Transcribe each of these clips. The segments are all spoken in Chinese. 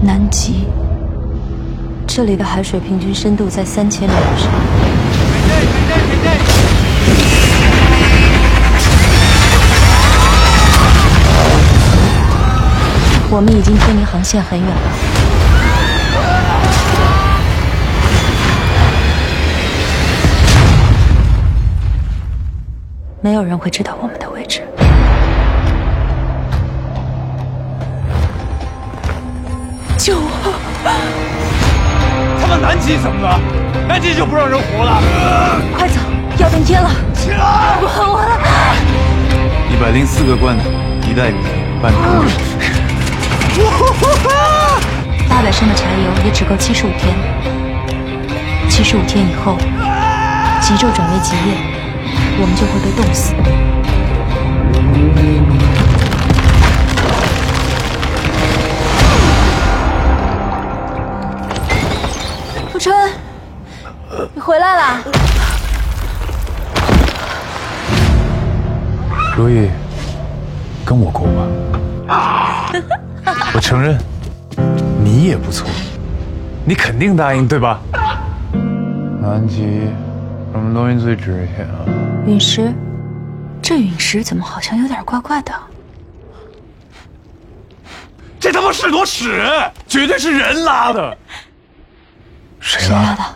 南极，这里的海水平均深度在3000米以上。我们已经脱离航线很远了。没有人会知道我们的位置。救我！ 他们南极怎么了？南极就不让人活了？ 快走，要变天了！ 起来！ 管我了 ！104个罐头，一袋米，半桶水。 800升的柴油也只够75天。75天以后，极昼转为极夜，我们就会被冻死。富春，你回来了。 如意，跟我过吧。我承认，你也不错，你肯定答应对吧？南极，什么东西最值钱啊？ 陨石，这陨石怎么好像有点怪怪的？ 这他妈是坨屎，绝对是人拉的。谁拉的？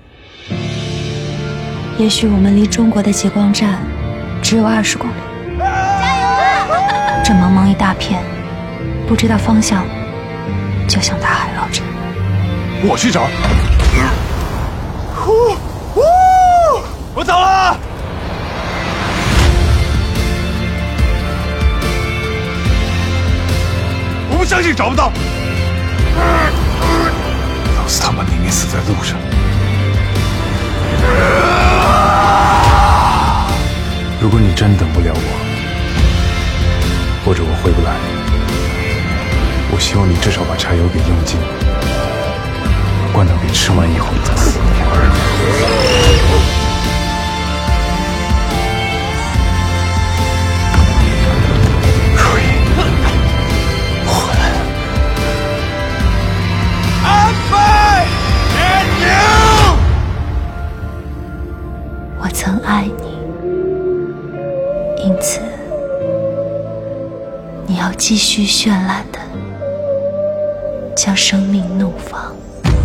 也许我们离中国的极光站只有20公里。加油啊！这茫茫一大片，不知道方向，就像大海捞针。 我去找。我走了。我不相信找不到。老子他妈宁愿死在路上。如果你真等不了我，或者我回不来，我希望你至少把柴油给用尽，罐头给吃完以后再死。如意，我回来了。安排点牛。 我曾爱你，因此你要继续绚烂的将生命怒放。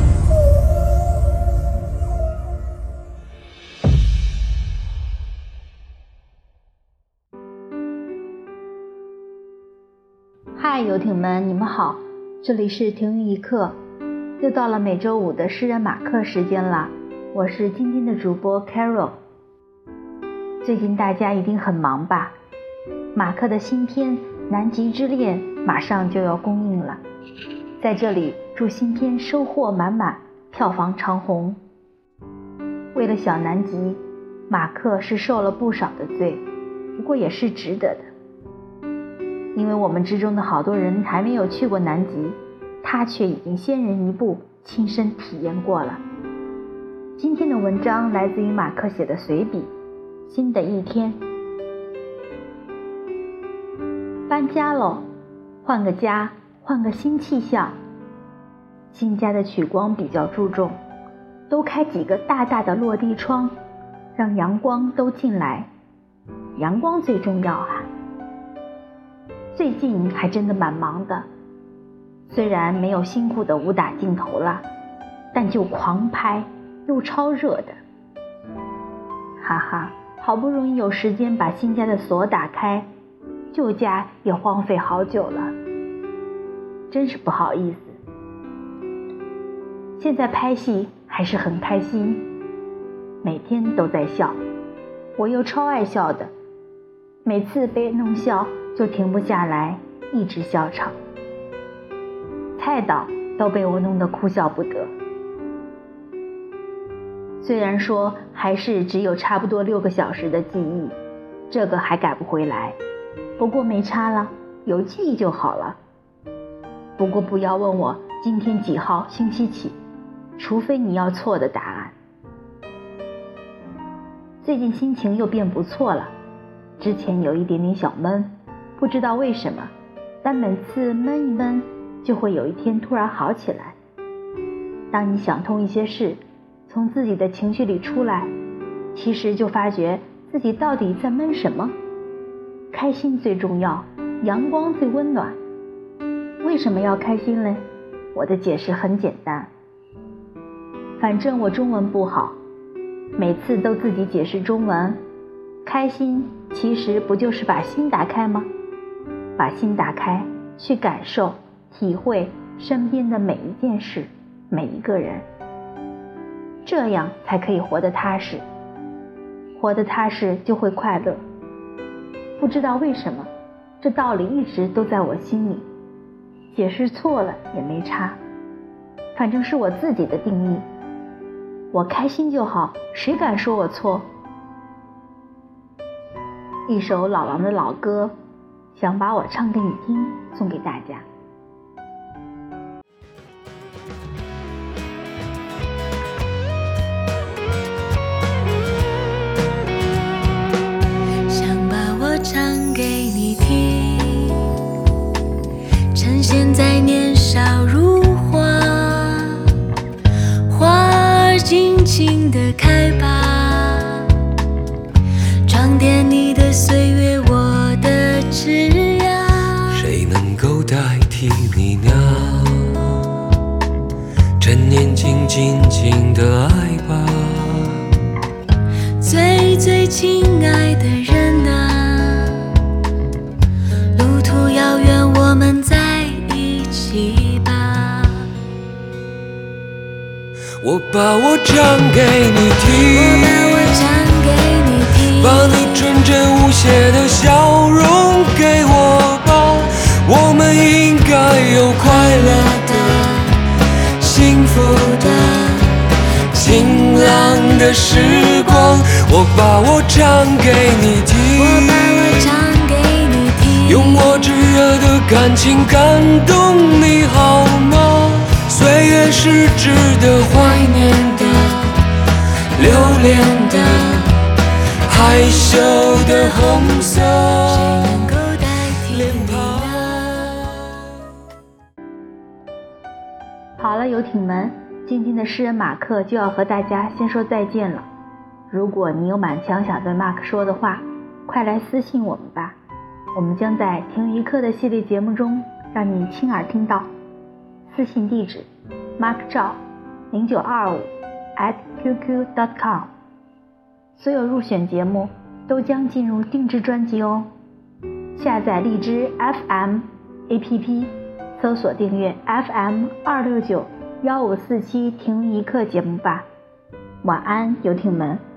嗨，游艇们，你们好，这里是停云一刻，又到了每周5的诗人马克时间了，我是今天的主播 Carol。 最近大家一定很忙吧？马克的新片《南极之恋》马上就要公映了，在这里祝新片收获满满，票房长红。为了小南极，马克是受了不少的罪，不过也是值得的。因为我们之中的好多人还没有去过南极，他却已经先人一步亲身体验过了。今天的文章来自于马克写的随笔《新的一天》。搬家喽，换个家，换个新气象。新家的取光比较注重，都开几个大大的落地窗，让阳光都进来。阳光最重要啊。最近还真的蛮忙的，虽然没有辛苦的武打镜头了，但就狂拍又超热的。哈哈，好不容易有时间把新家的锁打开，旧家也荒废好久了，真是不好意思。现在拍戏还是很开心，每天都在笑，我又超爱笑的，每次被弄笑就停不下来，一直笑场。蔡导都被我弄得哭笑不得。虽然说还是只有差不多6个小时的记忆，这个还改不回来，不过没差了，有记忆就好了。不过不要问我今天几号星期几，除非你要错的答案。最近心情又变不错了，之前有一点点小闷，不知道为什么，但每次闷一闷就会有一天突然好起来。当你想通一些事，从自己的情绪里出来，其实就发觉自己到底在闷什么。开心最重要，阳光最温暖。为什么要开心嘞？我的解释很简单，反正我中文不好，每次都自己解释中文。开心其实不就是把心打开吗？把心打开，去感受、体会身边的每一件事、每一个人，这样才可以活得踏实。活得踏实就会快乐。不知道为什么，这道理一直都在我心里，解释错了也没差，反正是我自己的定义。我开心就好，谁敢说我错？一首老狼的老歌，想把我唱给你听，送给大家。 想把我唱给你听，趁现在年少如花，花儿尽情地开吧，装点你的岁月，我的枝桠。 谁能够代替你呢？趁年轻尽情的爱吧， 最最亲爱的人啊，路途遥远，我们在一起吧。 我把我唱给你听， 我把我唱给你听， 把你纯真无邪的笑容给我吧，我们应该有快乐的、幸福的、晴朗的时光。我把我唱给你听， 我把我唱给你听， 用我炙热的感情感动你好吗？岁月是值得怀念的、留恋的、害羞的红色谁能够代替脸你庞。 呢？ 好了，游艇们，今天的诗人马克就要和大家先说再见了。如果你有满腔想对 Mark 说的话，快来私信我们吧，我们将在停一刻的系列节目中让你亲耳听到。私信地址 markzhao0925@qq.com， 所有入选节目都将进入定制专辑哦。下载荔枝 FM APP， 搜索订阅 FM2691547停一刻节目吧。晚安，游艇们。